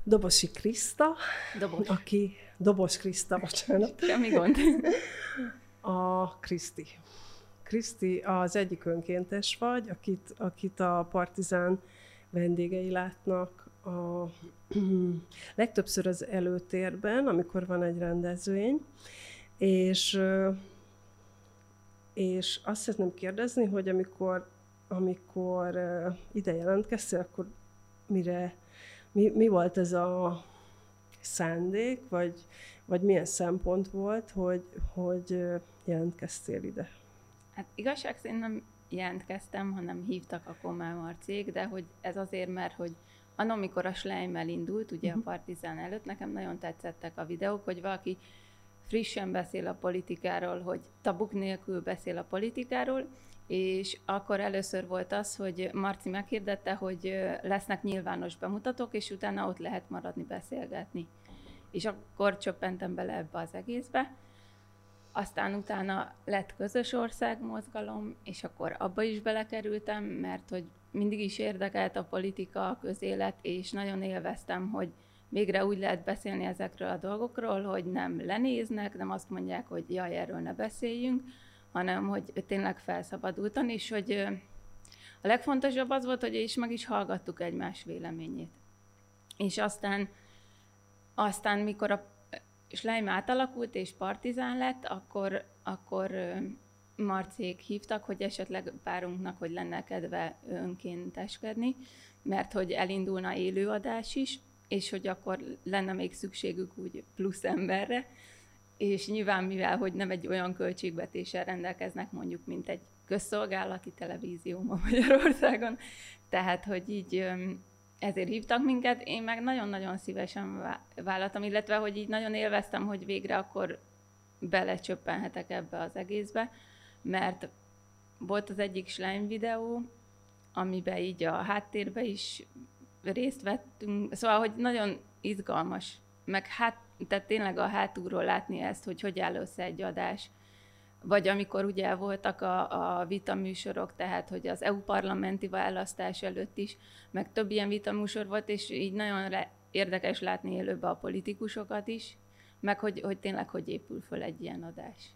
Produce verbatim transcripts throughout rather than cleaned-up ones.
Dobosi Kriszta, Dobos. aki... Dobos Kriszta, bocsánat. Semmi gond. A Kriszti. Kriszti, az egyik önkéntes vagy, akit, akit a Partizán vendégei látnak a legtöbbször az előtérben, amikor van egy rendezvény, és, és azt szeretném kérdezni, hogy amikor, amikor ide jelentkeztél, akkor mire, mi, mi volt ez a szándék, vagy, vagy milyen szempont volt, hogy, hogy jelentkeztél ide? Hát igazság szerint nem jelentkeztem, hanem hívtak a Komál Marcék, de hogy ez azért, mert hogy anno, mikor a Schleimmel indult, ugye uh-huh. a Partizán előtt, nekem nagyon tetszettek a videók, hogy valaki frissen beszél a politikáról, hogy tabuk nélkül beszél a politikáról, és akkor először volt az, hogy Marci meghirdette, hogy lesznek nyilvános bemutatók, és utána ott lehet maradni, beszélgetni. És akkor csöppentem bele ebbe az egészbe. Aztán utána lett közös országmozgalom, és akkor abba is belekerültem, mert hogy mindig is érdekelt a politika, a közélet, és nagyon élveztem, hogy végre úgy lehet beszélni ezekről a dolgokról, hogy nem lenéznek, nem azt mondják, hogy jaj, erről ne beszéljünk, hanem hogy tényleg felszabadultan, és hogy a legfontosabb az volt, hogy is meg is hallgattuk egymás véleményét. És aztán, aztán mikor a Schleim átalakult és Partizán lett, akkor, akkor Marcék hívtak, hogy esetleg párunknak, hogy lenne kedve önkénteskedni, mert hogy elindulna élőadás is, és hogy akkor lenne még szükségük úgy plusz emberre, és nyilván mivel, hogy nem egy olyan költségvetéssel rendelkeznek mondjuk, mint egy közszolgálati televízió ma Magyarországon, tehát hogy így ezért hívtak minket, én meg nagyon-nagyon szívesen vállaltam, illetve hogy így nagyon élveztem, hogy végre akkor belecsöppenhetek ebbe az egészbe, mert volt az egyik Schleim videó, amiben így a háttérbe is részt vettünk, szóval, hogy nagyon izgalmas, meg hát, tehát tényleg a hátulról látni ezt, hogy hogy áll össze egy adás. Vagy amikor ugye voltak a, a vitaműsorok, tehát hogy az é u parlamenti választás előtt is, meg több ilyen vitaműsor volt, és így nagyon le, érdekes látni élőbe a politikusokat is, meg hogy, hogy tényleg hogy épül föl egy ilyen adás.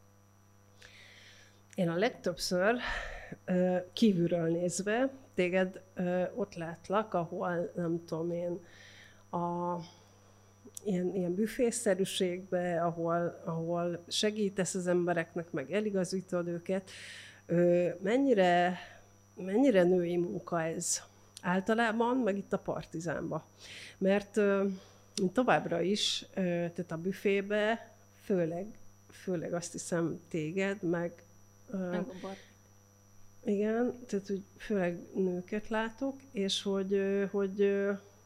Én a legtöbbször kívülről nézve téged ott látlak, ahol nem tudom én, a ilyen, ilyen büfészerűségbe, ahol, ahol segítesz az embereknek, meg eligazítod őket. Mennyire, mennyire női munka ez általában, meg itt a Partizánban? Mert továbbra is, tehát a büfébe főleg, főleg azt hiszem téged, meg meg igen, tehát hogy főleg nőket látok, és hogy, hogy,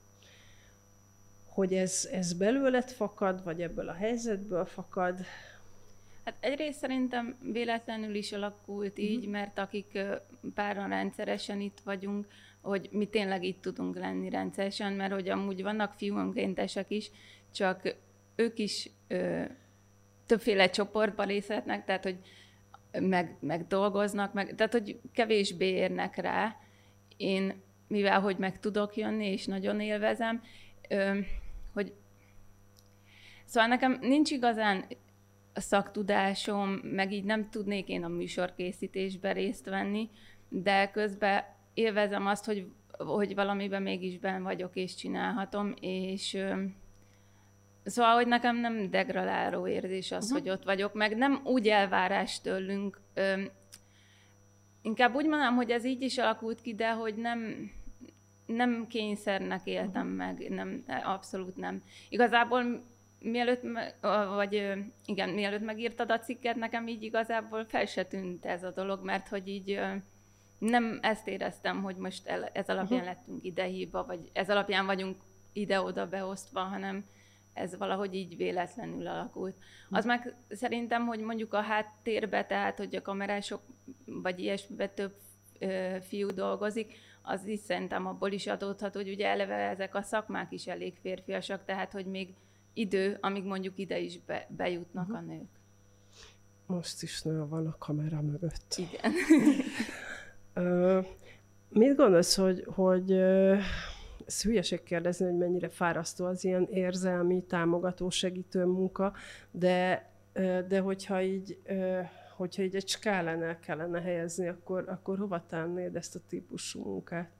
hogy ez, ez belőled fakad, vagy ebből a helyzetből fakad? Hát egyrészt szerintem véletlenül is alakult így, uh-huh. mert akik páran rendszeresen itt vagyunk, hogy mi tényleg itt tudunk lenni rendszeresen, mert hogy amúgy vannak fiúnkéntesek is, csak ők is ö, többféle csoportban részt vehetnek, tehát hogy meg, meg dolgoznak, meg, tehát hogy kevésbé érnek rá. Én, mivel hogy meg tudok jönni, és nagyon élvezem, ö, hogy szóval nekem nincs igazán szaktudásom, meg így nem tudnék én a műsorkészítésben részt venni, de közben élvezem azt, hogy, hogy valamiben mégis benn vagyok, és csinálhatom, és ö, szóval, hogy nekem nem degradáló érzés az, uh-huh. hogy ott vagyok, meg nem úgy elvárás tőlünk. Ö, inkább úgy mondom, hogy ez így is alakult ki, de hogy nem, nem kényszernek éltem uh-huh. meg, nem, abszolút nem. Igazából mielőtt, vagy igen, mielőtt megírtad a cikket, nekem így igazából fel se tűnt ez a dolog, mert hogy így nem ezt éreztem, hogy most ez alapján uh-huh. lettünk idehívva, vagy ez alapján vagyunk ide-oda beosztva, hanem ez valahogy így véletlenül alakult. Az meg szerintem, hogy mondjuk a háttérbe, tehát, hogy a kamerások, vagy ilyesmiben több ö, fiú dolgozik, az is szerintem abból is adódhat, hogy ugye eleve ezek a szakmák is elég férfiasak, tehát, hogy még idő, amíg mondjuk ide is be, bejutnak uh-huh. a nők. Most is nő van a kamera mögött. Igen. uh, mit gondolsz, hogy, hogy uh, ez hülyeség kérdezni, hogy mennyire fárasztó az ilyen érzelmi, támogató, segítő munka, de, de hogyha így, hogyha így egy skálán el kellene helyezni, akkor, akkor hova tennéd ezt a típusú munkát?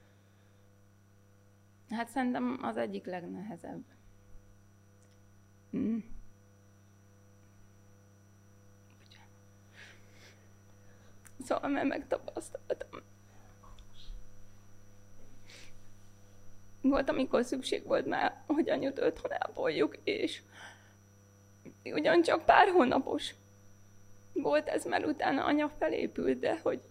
Hát szerintem az egyik legnehezebb. Mm. Szóval mert megtapasztaltam. Volt, amikor szükség volt már, hogy anyut otthon ápoljuk, és ugyancsak pár hónapos volt ez, mert utána anya felépült, de hogy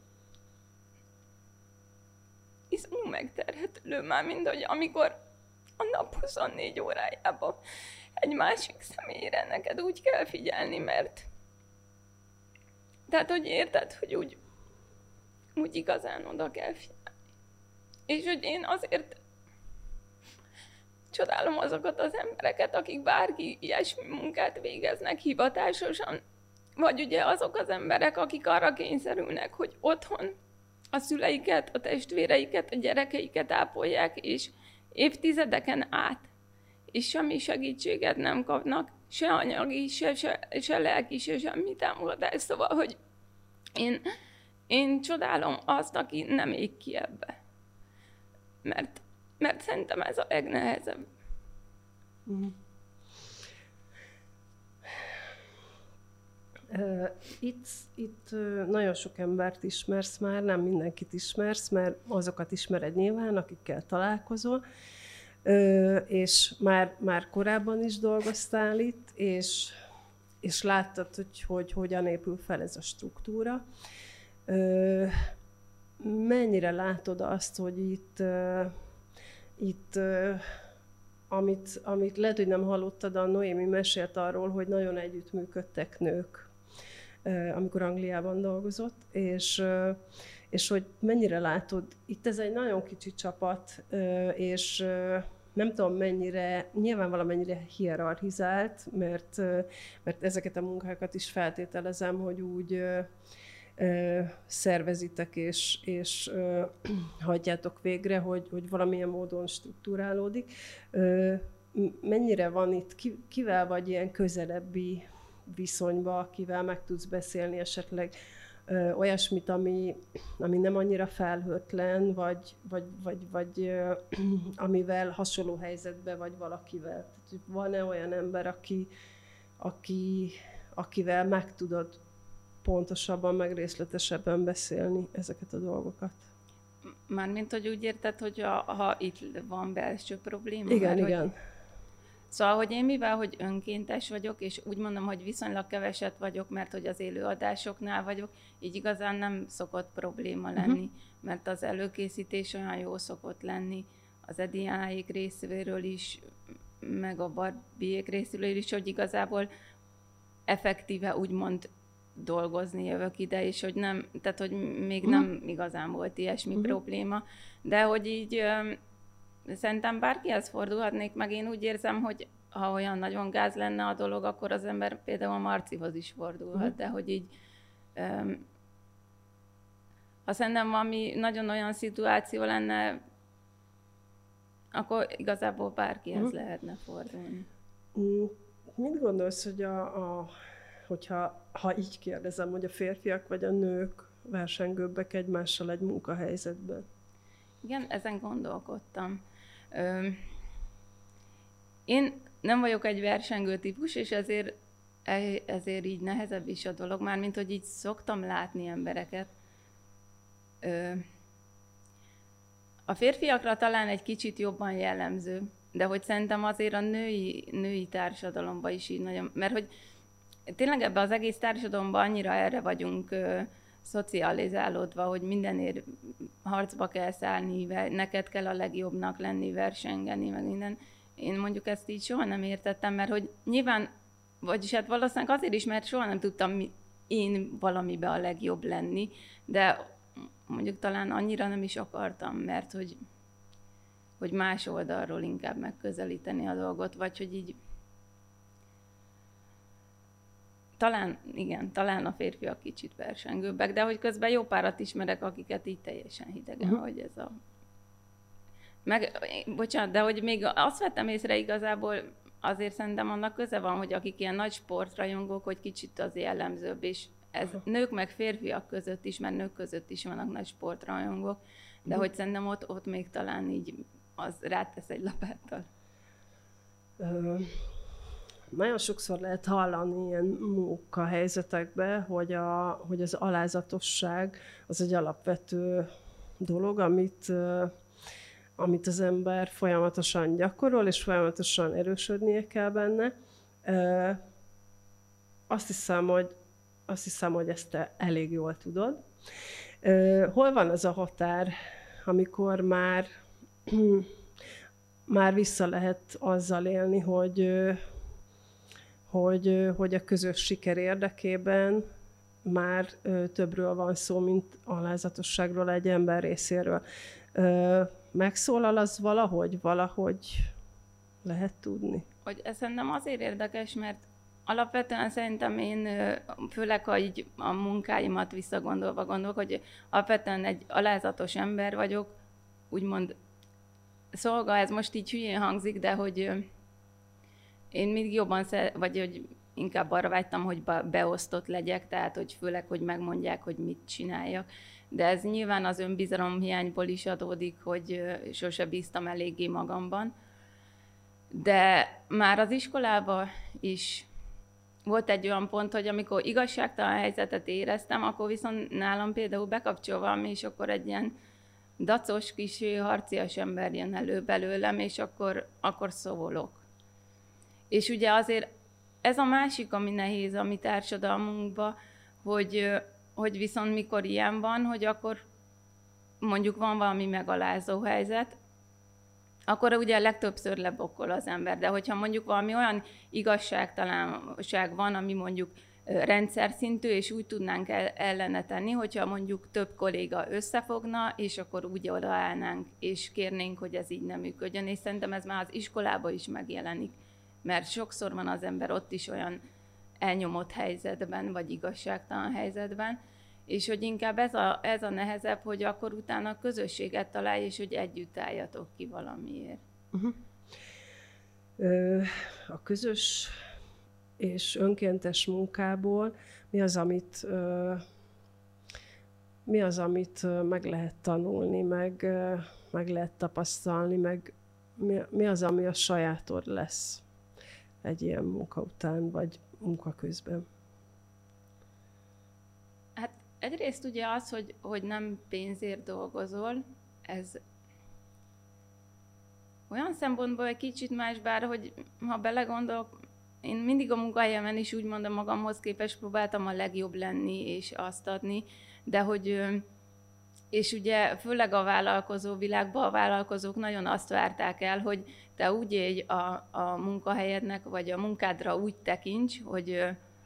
iszonyú megterhető már, mind, hogy amikor a nap huszonnégy órájában egy másik személyre neked úgy kell figyelni, mert tehát, hogy érted, hogy úgy, úgy igazán oda kell figyelni. És hogy én azért csodálom azokat az embereket, akik bárki ilyesmi munkát végeznek hivatásosan, vagy ugye azok az emberek, akik arra kényszerülnek, hogy otthon a szüleiket, a testvéreiket, a gyerekeiket ápolják, és évtizedeken át, és semmi segítséget nem kapnak, se anyagi, se, se, se lelki, se semmi támogatás. Szóval, hogy én, én csodálom azt, aki nem ég ki ebbe. Mert, mert szerintem ez a legnehezebb. Mm. Uh, itt, itt uh, nagyon sok embert ismersz már, nem mindenkit ismersz, mert azokat ismered nyilván, akikkel találkozol, uh, és már, már korábban is dolgoztál itt, és, és láttad, hogy, hogy hogyan épül fel ez a struktúra. Uh, mennyire látod azt, hogy itt, uh, itt uh, amit, amit lehet, hogy nem hallottad, a Noémi mesélt arról, hogy nagyon együttműködtek nők, amikor Angliában dolgozott, és, és hogy mennyire látod, itt ez egy nagyon kicsi csapat, és nem tudom mennyire, nyilván valamennyire hierarchizált, mert, mert ezeket a munkákat is feltételezem, hogy úgy szervezitek és, és hagyjátok végre, hogy, hogy valamilyen módon struktúrálódik. Mennyire van itt, kivel vagy ilyen közelebbi viszonyba, akivel meg tudsz beszélni esetleg ö, olyasmit, ami, ami nem annyira felhőtlen, vagy, vagy, vagy, vagy ö, amivel hasonló helyzetben vagy valakivel. Tehát, van-e olyan ember, aki, aki, akivel meg tudod pontosabban, meg részletesebben beszélni ezeket a dolgokat? Mármint, hogy úgy érted, hogy a, ha itt van belső probléma? Igen, mert, igen. Hogy... Szóval, hogy én mivel, hogy önkéntes vagyok, és úgy mondom, hogy viszonylag keveset vagyok, mert hogy az élőadásoknál vagyok, így igazán nem szokott probléma lenni, uh-huh. mert az előkészítés olyan jó szokott lenni, az Ediáék részéről is, meg a Barbiék részéről is, hogy igazából effektíve úgymond dolgozni jövök ide, és hogy nem, tehát hogy még uh-huh. nem igazán volt ilyesmi uh-huh. probléma, de hogy így szerintem bárkihez fordulhatnék, meg én úgy érzem, hogy ha olyan nagyon gáz lenne a dolog, akkor az ember például a Marcihoz is fordulhat, uh-huh. de hogy így um, ha szerintem valami nagyon olyan szituáció lenne, akkor igazából bárkihez uh-huh. lehetne fordulni. Mit gondolsz, hogy a, a, hogyha ha így kérdezem, hogy a férfiak vagy a nők versengőbbek egymással egy munkahelyzetben? Igen, ezen gondolkodtam. Ö, én nem vagyok egy versengő típus, és ezért, ezért így nehezebb is a dolog, mármint hogy így szoktam látni embereket. Ö, a férfiakra talán egy kicsit jobban jellemző, de hogy szerintem azért a női, női társadalomban is így nagyon, mert hogy tényleg ebben az egész társadalomban annyira erre vagyunk ö, szocializálódva, hogy mindenért harcba kell szállni, neked kell a legjobbnak lenni, versengeni, meg minden. Én mondjuk ezt így soha nem értettem, mert hogy nyilván, vagyis hát valószínűleg azért is, mert soha nem tudtam én valamibe a legjobb lenni, de mondjuk talán annyira nem is akartam, mert hogy, hogy más oldalról inkább megközelíteni a dolgot, vagy hogy így talán, igen, talán a férfiak kicsit versengőbbek, de hogy közben jó párat ismerek, akiket így teljesen hidegen, uh-huh. hogy ez a... meg, bocsánat, de hogy még azt vettem észre igazából, azért szerintem annak köze van, hogy akik ilyen nagy sportrajongók, hogy kicsit az jellemzőbb, és ez nők meg férfiak között is, mert nők között is vannak nagy sportrajongók, de hogy szerintem ott, ott még talán így az rátesz egy lapáttal. Ö, nagyon sokszor lehet hallani ilyen munkahelyzetekben, hogy, a, hogy az alázatosság az egy alapvető dolog, amit, amit az ember folyamatosan gyakorol, és folyamatosan erősödnie kell benne. Azt hiszem, hogy, azt hiszem, hogy ezt te elég jól tudod. Hol van az a határ, amikor már, már vissza lehet azzal élni, hogy, hogy, hogy a közös siker érdekében már többről van szó, mint alázatosságról egy ember részéről. Megszólal az valahogy, valahogy lehet tudni? Hogy ez szerintem azért érdekes, mert alapvetően szerintem én, főleg ha így a munkáimat visszagondolva gondolok, hogy alapvetően egy alázatos ember vagyok, úgymond szolga, ez most így hülyén hangzik, de hogy én mindig jobban, szer- vagy hogy inkább arra vágytam, hogy beosztott legyek, tehát hogy főleg, hogy megmondják, hogy mit csináljak. De ez nyilván az önbizalomhiányból is adódik, hogy sose bíztam eléggé magamban. De már az iskolában is volt egy olyan pont, hogy amikor igazságtalan helyzetet éreztem, akkor viszont nálam például bekapcsol valami, és akkor egy ilyen dacos kis harcias ember jön elő belőlem, és akkor, akkor szólok. És ugye azért ez a másik, ami nehéz a mi társadalmunkban, hogy, hogy viszont mikor ilyen van, hogy akkor mondjuk van valami megalázó helyzet, akkor ugye legtöbbször lebokkol az ember. De hogyha mondjuk valami olyan igazságtalanság van, ami mondjuk rendszer szintű, és úgy tudnánk ellene tenni, hogyha mondjuk több kolléga összefogna, és akkor úgy odaállnánk, és kérnénk, hogy ez így nem működjön. És szerintem ez már az iskolában is megjelenik. Mert sokszor van az ember ott is olyan elnyomott helyzetben, vagy igazságtalan helyzetben, és hogy inkább ez a, ez a nehezebb, hogy akkor utána közösséget találj, és hogy együtt álljatok ki valamiért. Uh-huh. Ö, a közös és önkéntes munkából mi az, amit, ö, mi az, amit meg lehet tanulni, meg, ö, meg lehet tapasztalni, meg mi, mi az, ami a sajátod lesz egy ilyen munka után, vagy munka közben? Hát egyrészt ugye az, hogy, hogy nem pénzért dolgozol, ez olyan szempontból egy kicsit más, bár hogy ha belegondolok, én mindig a munkahelyemen is úgy mondom, magamhoz képest próbáltam a legjobb lenni és azt adni, de hogy, és ugye főleg a vállalkozó világban a vállalkozók nagyon azt várták el, hogy te úgy élj a, a munkahelyednek, vagy a munkádra úgy tekints, hogy,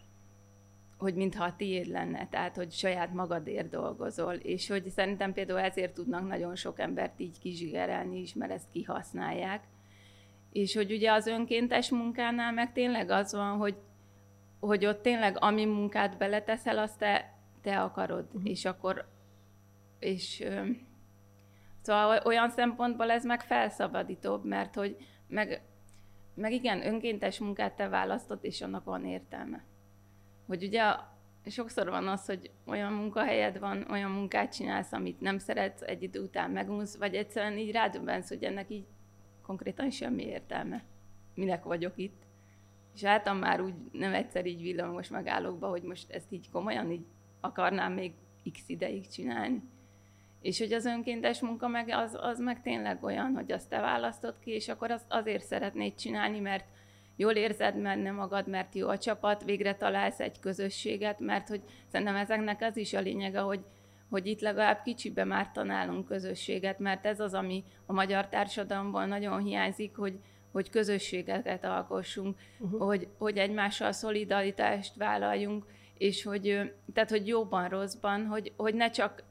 hogy mintha a tiéd lenne, tehát hogy saját magadért dolgozol, és hogy szerintem például ezért tudnak nagyon sok embert így kizsigerelni is, mert ezt kihasználják. És hogy ugye az önkéntes munkánál meg tényleg az van, hogy, hogy ott tényleg ami munkát beleteszel, azt te, te akarod, uh-huh. és akkor és szóval olyan szempontból ez meg felszabadítóbb, mert hogy meg, meg igen, önkéntes munkát te választod, és annak van értelme. Hogy ugye sokszor van az, hogy olyan munkahelyed van, olyan munkát csinálsz, amit nem szeretsz, egy idő után megunsz, vagy egyszerűen így rádöbbensz, hogy ennek így konkrétan semmi értelme. Minek vagyok itt? És álltam már úgy nem egyszer így villamos megállókba, hogy most ezt így komolyan így akarnám még x ideig csinálni. És hogy az önkéntes munka meg az, az meg tényleg olyan, hogy azt te választod ki, és akkor azt azért szeretnéd csinálni, mert jól érzed benne magad, mert jó a csapat, végre találsz egy közösséget, mert hogy szerintem ezeknek az is a lényege, hogy, hogy itt legalább kicsibe már tanálunk közösséget, mert ez az, ami a magyar társadalomban nagyon hiányzik, hogy, hogy közösségeket alkossunk, uh-huh. hogy, hogy egymással szolidaritást vállaljunk, és hogy, tehát, hogy jóban, rosszban, hogy, hogy ne csak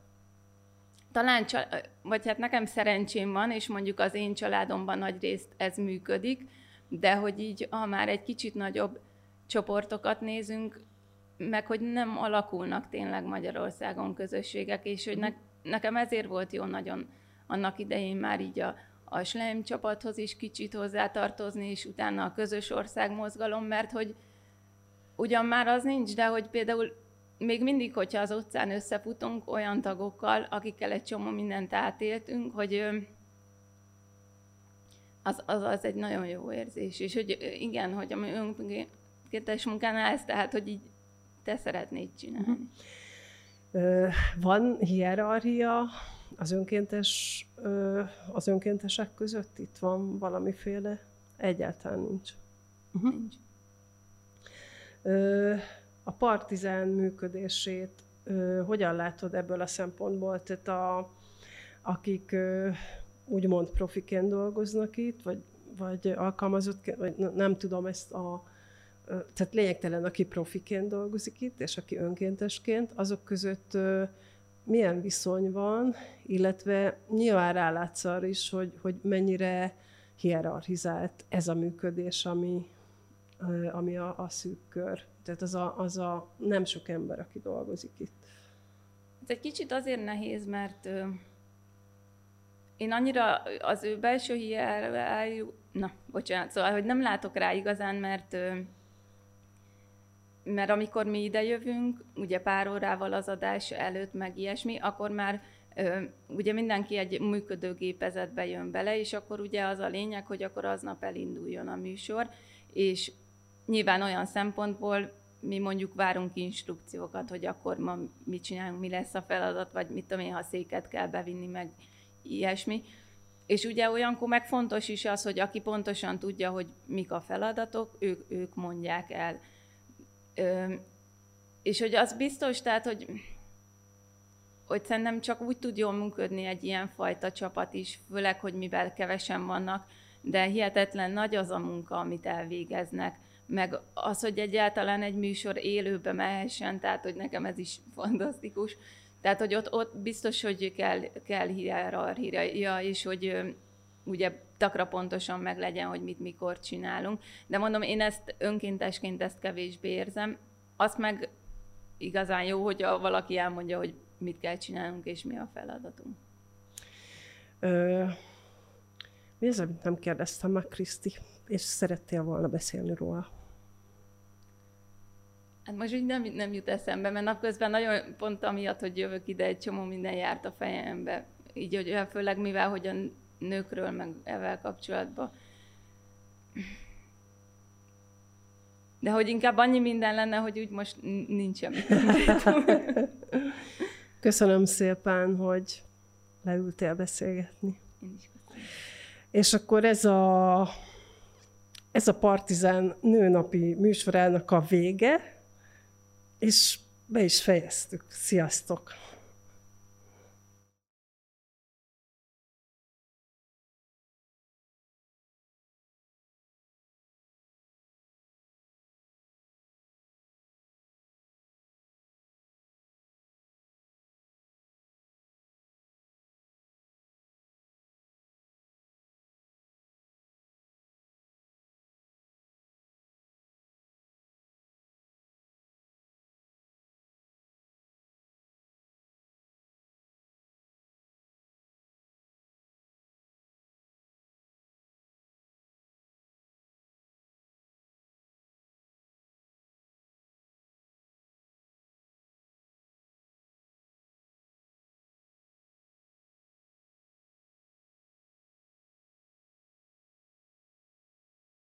talán, vagy hát nekem szerencsém van, és mondjuk az én családomban nagyrészt ez működik, de hogy így, ha már egy kicsit nagyobb csoportokat nézünk, meg hogy nem alakulnak tényleg Magyarországon közösségek, és hogy ne, nekem ezért volt jó nagyon annak idején már így a, a Schleim csapathoz is kicsit hozzátartozni, és utána a közös országmozgalom, mert hogy ugyan már az nincs, de hogy például még mindig, hogyha az utcán összefutunk olyan tagokkal, akikkel egy csomó mindent átéltünk, hogy az, az, az egy nagyon jó érzés. És hogy igen, hogy a önkéntes munkánál ez, tehát, hogy így te szeretnéd csinálni. Van hierarchia az önkéntes, az önkéntesek között? Itt van valamiféle? Egyáltalán nincs. Uh-huh. Nincs. A Partizán működését hogyan látod ebből a szempontból? Tehát a, akik úgymond profiként dolgoznak itt, vagy, vagy alkalmazott, vagy nem tudom ezt a... Tehát lényegtelen, aki profiként dolgozik itt, és aki önkéntesként, azok között milyen viszony van, illetve nyilván rálátsz arra is, hogy, hogy mennyire hierarchizált ez a működés, ami, ami a, a szűk kör. Tehát az a, az a nem sok ember, aki dolgozik itt. Ez egy kicsit azért nehéz, mert ö, én annyira az ő belső hierarchiájú, na, bocsánat, szóval, hogy nem látok rá igazán, mert ö, mert amikor mi idejövünk, ugye pár órával az adás előtt, meg ilyesmi, akkor már ö, ugye mindenki egy működő gépezetbe jön bele, és akkor ugye az a lényeg, hogy akkor aznap elinduljon a műsor, és nyilván olyan szempontból mi mondjuk várunk instrukciókat, hogy akkor ma mit csinálunk, mi lesz a feladat, vagy mit tudom én, ha széket kell bevinni, meg ilyesmi. És ugye olyankor meg fontos is az, hogy aki pontosan tudja, hogy mik a feladatok, ők, ők mondják el. Ö, és hogy az biztos, tehát, hogy, hogy szerintem csak úgy tud jól működni egy ilyen fajta csapat is, főleg, hogy mivel kevesen vannak, de hihetetlen nagy az a munka, amit elvégeznek, meg az, hogy egyáltalán egy műsor élőbe mehessen, tehát, hogy nekem ez is fantasztikus. Tehát, hogy ott, ott biztos, hogy kell, kell hierarchia, és hogy ugye takra pontosan meg legyen, hogy mit mikor csinálunk. De mondom, én ezt önkéntesként ezt kevésbé érzem. Azt meg igazán jó, hogy valaki elmondja, hogy mit kell csinálnunk, és mi a feladatunk. Ö, mi az, amit nem kérdeztem meg, Kriszti, és szerettél volna beszélni róla? Hát most úgy nem, nem jut eszembe, mert napközben nagyon pont amiatt, hogy jövök ide, egy csomó minden járt a fejembe. Így, hogy főleg mivel, hogy a nőkről, meg ezzel kapcsolatban. De hogy inkább annyi minden lenne, hogy úgy most nincsen. Köszönöm szépen, hogy leültél beszélgetni. Én is köszönöm. És akkor ez a, ez a Partizán nőnapi műsorának a vége, és be is fejeztük. Sziasztok!